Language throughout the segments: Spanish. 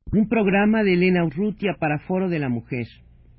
Un programa de Elena Urrutia para Foro de la Mujer.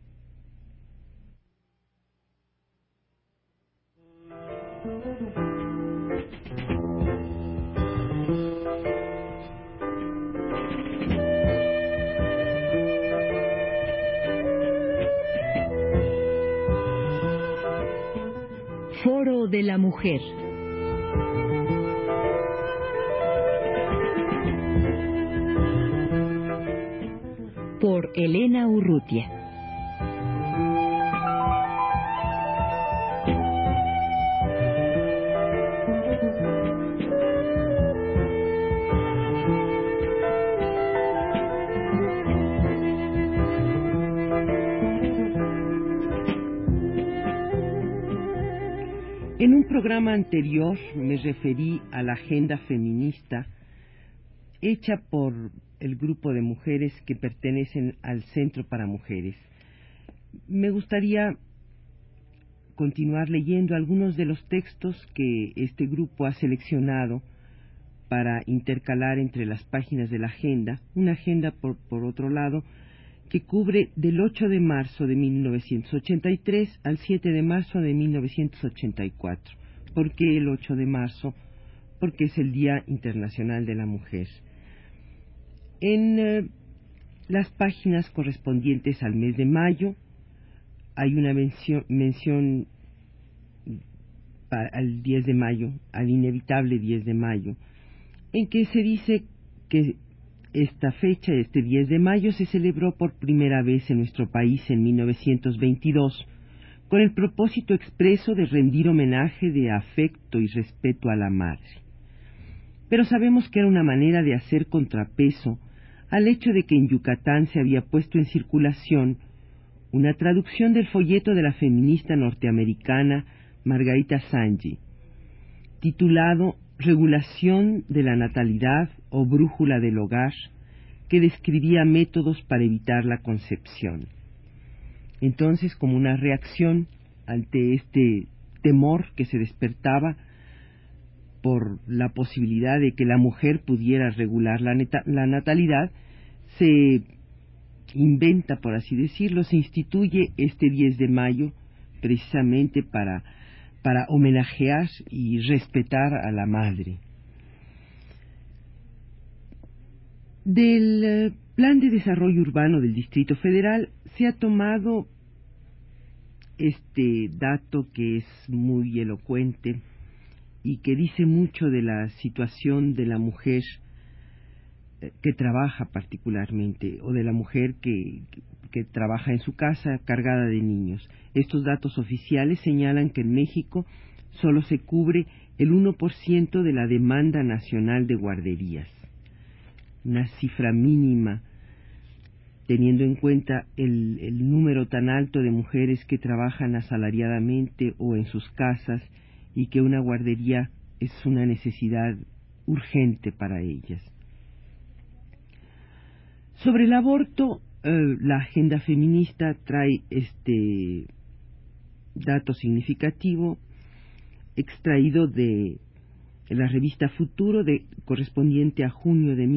Foro de la Mujer. Por Elena Urrutia. En un programa anterior me referí a la agenda feminista hecha por el grupo de mujeres que pertenecen al Centro para Mujeres. Me gustaría continuar leyendo algunos de los textos que este grupo ha seleccionado para intercalar entre las páginas de la agenda, una agenda por otro lado que cubre del 8 de marzo de 1983 al 7 de marzo de 1984. ¿Por qué el 8 de marzo? Porque es el Día Internacional de la Mujer. En las páginas correspondientes al mes de mayo hay una mención al 10 de mayo, al inevitable 10 de mayo, en que se dice que esta fecha, este 10 de mayo, se celebró por primera vez en nuestro país en 1922, con el propósito expreso de rendir homenaje de afecto y respeto a la madre. Pero sabemos que era una manera de hacer contrapeso al hecho de que en Yucatán se había puesto en circulación una traducción del folleto de la feminista norteamericana Margarita Sanger, titulado Regulación de la natalidad o brújula del hogar, que describía métodos para evitar la concepción. Entonces, como una reacción ante este temor que se despertaba por la posibilidad de que la mujer pudiera regular la natalidad, se inventa, por así decirlo, se instituye este 10 de mayo precisamente para homenajear y respetar a la madre. Del Plan de Desarrollo Urbano del Distrito Federal se ha tomado este dato que es muy elocuente y que dice mucho de la situación de la mujer que trabaja particularmente, o de la mujer que trabaja en su casa cargada de niños. Estos datos oficiales señalan que en México solo se cubre el 1% de la demanda nacional de guarderías. Una cifra mínima, teniendo en cuenta el número tan alto de mujeres que trabajan asalariadamente o en sus casas, y que una guardería es una necesidad urgente para ellas. Sobre el aborto, la agenda feminista trae este dato significativo extraído de la revista Futuro, correspondiente a junio de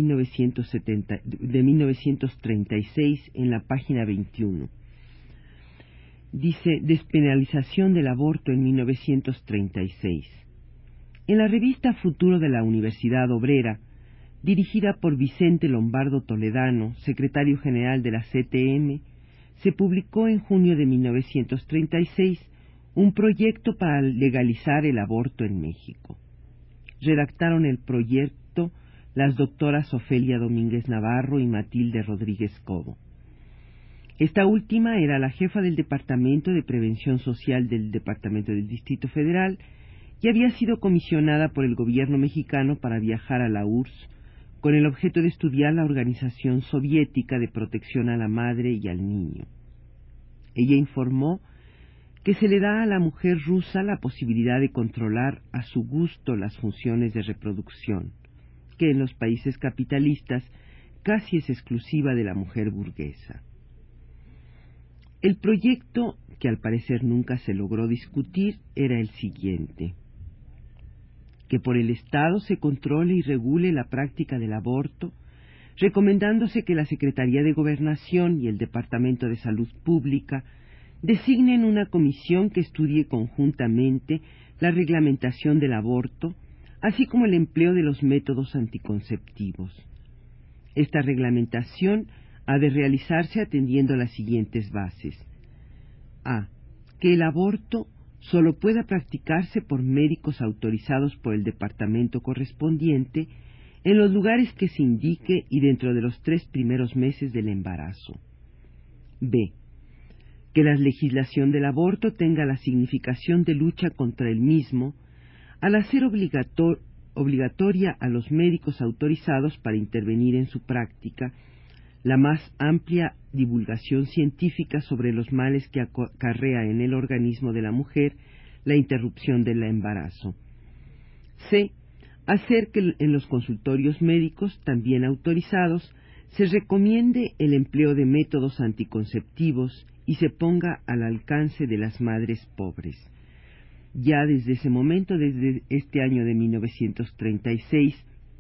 1936, en la página 21. Dice: despenalización del aborto en 1936. En la revista Futuro de la Universidad Obrera, dirigida por Vicente Lombardo Toledano, secretario general de la CTM, se publicó en junio de 1936 un proyecto para legalizar el aborto en México. Redactaron el proyecto las doctoras Ofelia Domínguez Navarro y Matilde Rodríguez Cobo. Esta última era la jefa del Departamento de Prevención Social del Departamento del Distrito Federal y había sido comisionada por el gobierno mexicano para viajar a la URSS con el objeto de estudiar la Organización Soviética de Protección a la Madre y al Niño. Ella informó que se le da a la mujer rusa la posibilidad de controlar a su gusto las funciones de reproducción, que en los países capitalistas casi es exclusiva de la mujer burguesa. El proyecto, que al parecer nunca se logró discutir, era el siguiente: que por el Estado se controle y regule la práctica del aborto recomendándose que la Secretaría de Gobernación y el Departamento de Salud Pública designen una comisión que estudie conjuntamente la reglamentación del aborto, así como el empleo de los métodos anticonceptivos. Esta reglamentación ha de realizarse atendiendo a las siguientes bases. A. Que el aborto solo pueda practicarse por médicos autorizados por el departamento correspondiente en los lugares que se indique y dentro de los 3 primeros meses del embarazo. B. Que la legislación del aborto tenga la significación de lucha contra el mismo, al hacer obligatoria a los médicos autorizados para intervenir en su práctica la más amplia divulgación científica sobre los males que acarrea en el organismo de la mujer la interrupción del embarazo. C. Hacer que en los consultorios médicos, también autorizados, se recomiende el empleo de métodos anticonceptivos y se ponga al alcance de las madres pobres. Ya desde ese momento, desde este año de 1936,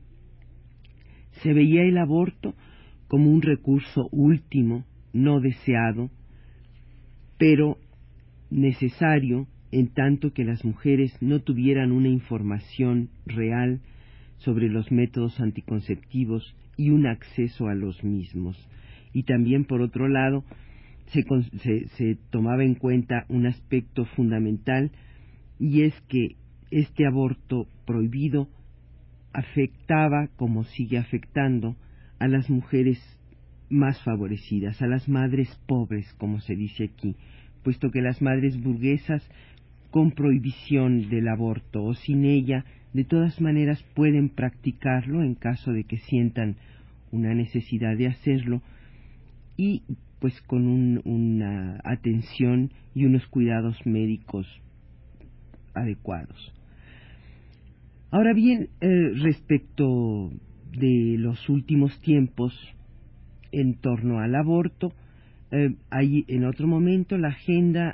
se veía el aborto como un recurso último, no deseado, pero necesario en tanto que las mujeres no tuvieran una información real sobre los métodos anticonceptivos y un acceso a los mismos. Y también, por otro lado, se tomaba en cuenta un aspecto fundamental, y es que este aborto prohibido afectaba, como sigue afectando, a las mujeres más favorecidas, a las madres pobres, como se dice aquí, puesto que las madres burguesas, con prohibición del aborto o sin ella, de todas maneras pueden practicarlo en caso de que sientan una necesidad de hacerlo, y pues con una atención y unos cuidados médicos adecuados. Ahora bien, respecto de los últimos tiempos en torno al aborto, hay en otro momento la agenda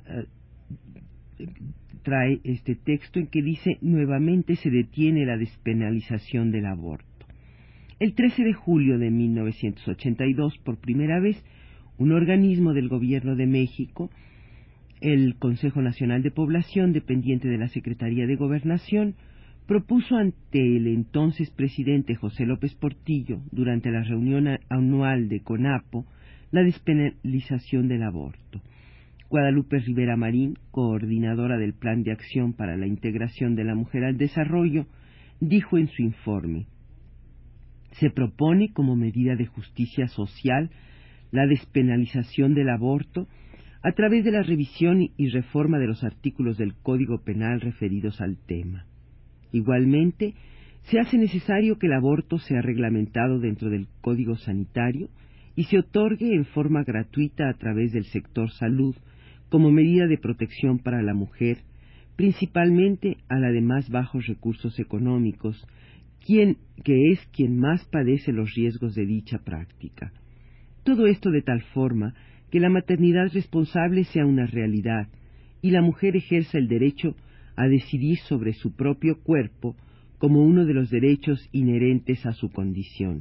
trae este texto en que dice: nuevamente se detiene la despenalización del aborto. El 13 de julio de 1982, por primera vez, un organismo del Gobierno de México, el Consejo Nacional de Población, dependiente de la Secretaría de Gobernación, propuso ante el entonces presidente José López Portillo, durante la reunión anual de CONAPO, la despenalización del aborto. Guadalupe Rivera Marín, coordinadora del Plan de Acción para la Integración de la Mujer al Desarrollo, dijo en su informe: se propone como medida de justicia social la despenalización del aborto a través de la revisión y reforma de los artículos del Código Penal referidos al tema. Igualmente, se hace necesario que el aborto sea reglamentado dentro del Código Sanitario y se otorgue en forma gratuita a través del sector salud como medida de protección para la mujer, principalmente a la de más bajos recursos económicos, que es quien más padece los riesgos de dicha práctica. Todo esto de tal forma que la maternidad responsable sea una realidad y la mujer ejerza el derecho a decidir sobre su propio cuerpo como uno de los derechos inherentes a su condición.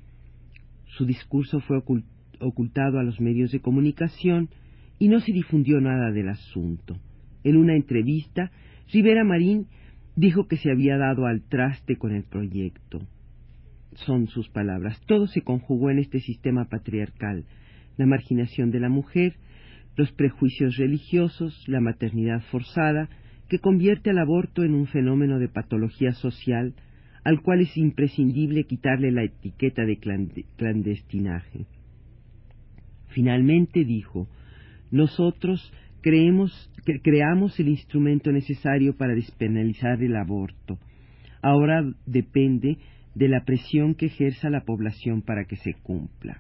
Su discurso fue ocultado a los medios de comunicación y no se difundió nada del asunto. En una entrevista, Rivera Marín dijo que se había dado al traste con el proyecto. Son sus palabras: todo se conjugó en este sistema patriarcal: la marginación de la mujer, los prejuicios religiosos, la maternidad forzada, que convierte al aborto en un fenómeno de patología social, al cual es imprescindible quitarle la etiqueta de clandestinaje. Finalmente dijo: nosotros creamos el instrumento necesario para despenalizar el aborto. Ahora depende de la presión que ejerza la población para que se cumpla.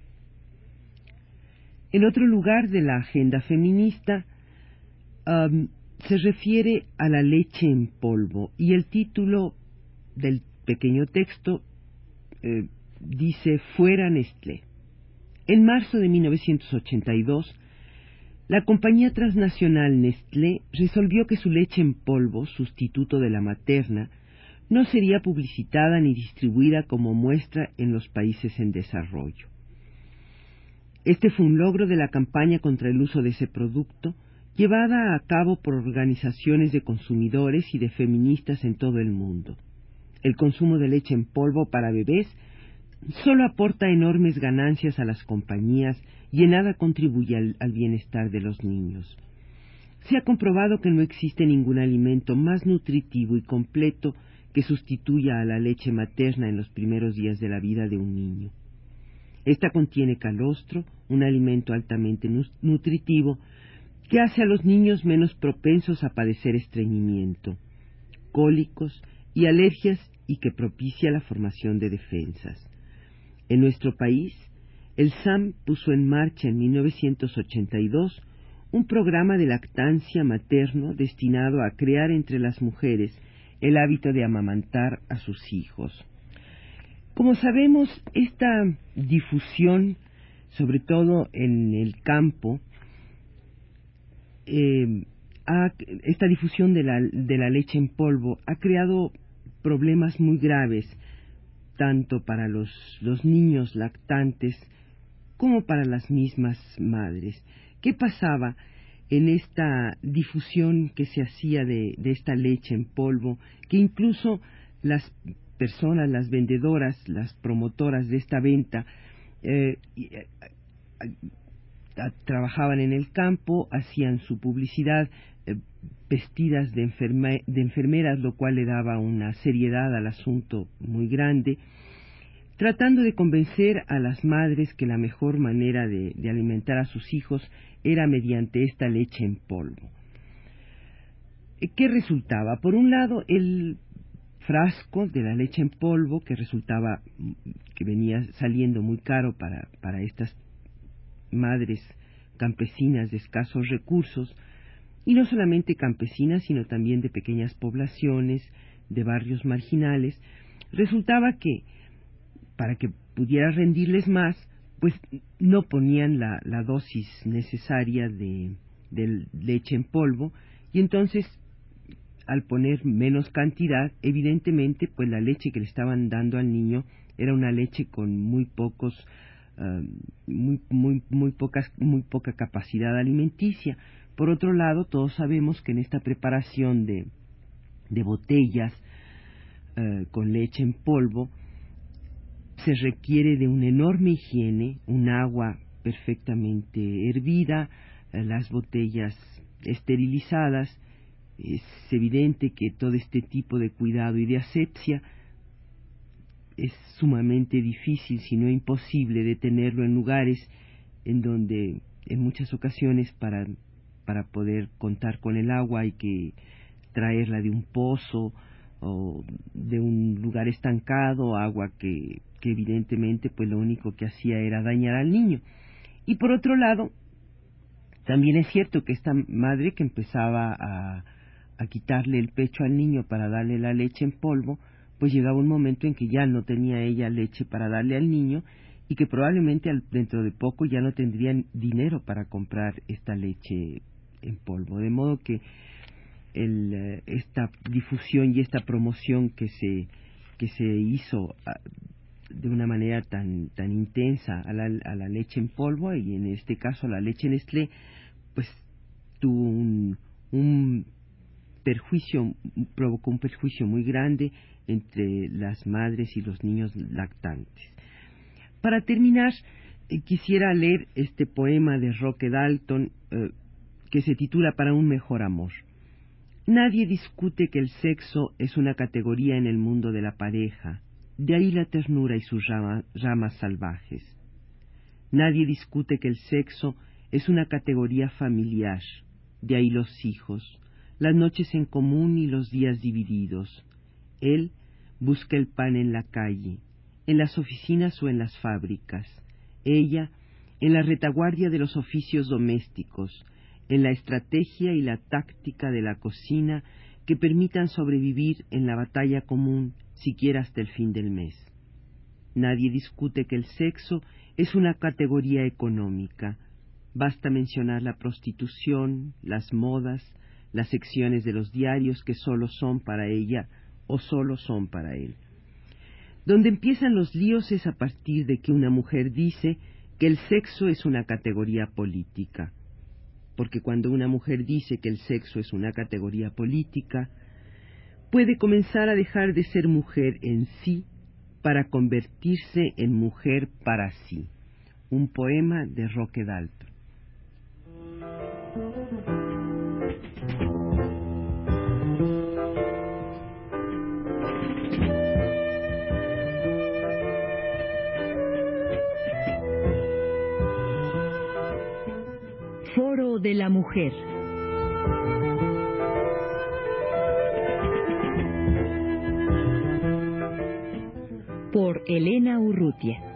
En otro lugar de la agenda feminista se refiere a la leche en polvo, y el título del pequeño texto dice: fuera Nestlé. En marzo de 1982, la compañía transnacional Nestlé resolvió que su leche en polvo, sustituto de la materna, no sería publicitada ni distribuida como muestra en los países en desarrollo. Este fue un logro de la campaña contra el uso de ese producto, llevada a cabo por organizaciones de consumidores y de feministas en todo el mundo. El consumo de leche en polvo para bebés solo aporta enormes ganancias a las compañías y en nada contribuye al bienestar de los niños. Se ha comprobado que no existe ningún alimento más nutritivo y completo que sustituya a la leche materna en los primeros días de la vida de un niño. Esta contiene calostro, un alimento altamente nutritivo que hace a los niños menos propensos a padecer estreñimiento, cólicos y alergias y que propicia la formación de defensas. En nuestro país, el SAM puso en marcha en 1982 un programa de lactancia materno destinado a crear entre las mujeres el hábito de amamantar a sus hijos. Como sabemos, esta difusión, sobre todo en el campo, esta difusión de la leche en polvo ha creado problemas muy graves, tanto para los niños lactantes como para las mismas madres. ¿Qué pasaba en esta difusión que se hacía de esta leche en polvo? Que incluso las personas, las vendedoras, las promotoras de esta venta, trabajaban en el campo, hacían su publicidad vestidas de enfermeras, lo cual le daba una seriedad al asunto muy grande, tratando de convencer a las madres que la mejor manera de alimentar a sus hijos era mediante esta leche en polvo. ¿Qué resultaba? Por un lado, el frasco de la leche en polvo, que venía saliendo muy caro para estas madres campesinas de escasos recursos, y no solamente campesinas, sino también de pequeñas poblaciones, de barrios marginales. Resultaba que, para que pudiera rendirles más, pues no ponían la dosis necesaria de leche en polvo, y entonces, al poner menos cantidad, evidentemente, pues la leche que le estaban dando al niño era una leche con muy poca capacidad alimenticia. Por otro lado, todos sabemos que en esta preparación de botellas con leche en polvo se requiere de una enorme higiene, un agua perfectamente hervida, las botellas esterilizadas. Es evidente que todo este tipo de cuidado y de asepsia es sumamente difícil, si no imposible, de tenerlo en lugares en donde en muchas ocasiones para poder contar con el agua hay que traerla de un pozo o de un lugar estancado, agua que evidentemente pues lo único que hacía era dañar al niño. Y por otro lado, también es cierto que esta madre que empezaba a quitarle el pecho al niño para darle la leche en polvo, pues llegaba un momento en que ya no tenía ella leche para darle al niño y que probablemente dentro de poco ya no tendrían dinero para comprar esta leche en polvo. De modo que esta difusión y esta promoción que se hizo de una manera tan intensa a la leche en polvo, y en este caso a la leche Nestlé, pues tuvo provocó un perjuicio muy grande entre las madres y los niños lactantes. Para terminar, quisiera leer este poema de Roque Dalton que se titula Para un mejor amor. Nadie discute que el sexo es una categoría en el mundo de la pareja, de ahí la ternura y sus ramas salvajes. Nadie discute que el sexo es una categoría familiar, de ahí los hijos, las noches en común y los días divididos. Él busca el pan en la calle, en las oficinas o en las fábricas. Ella, en la retaguardia de los oficios domésticos, en la estrategia y la táctica de la cocina que permitan sobrevivir en la batalla común, siquiera hasta el fin del mes. Nadie discute que el sexo es una categoría económica. Basta mencionar la prostitución, las modas, las secciones de los diarios que solo son para ella o solo son para él. Donde empiezan los líos es a partir de que una mujer dice que el sexo es una categoría política. Porque cuando una mujer dice que el sexo es una categoría política, puede comenzar a dejar de ser mujer en sí para convertirse en mujer para sí. Un poema de Roque Dalton. Foro de la Mujer. Por Elena Urrutia.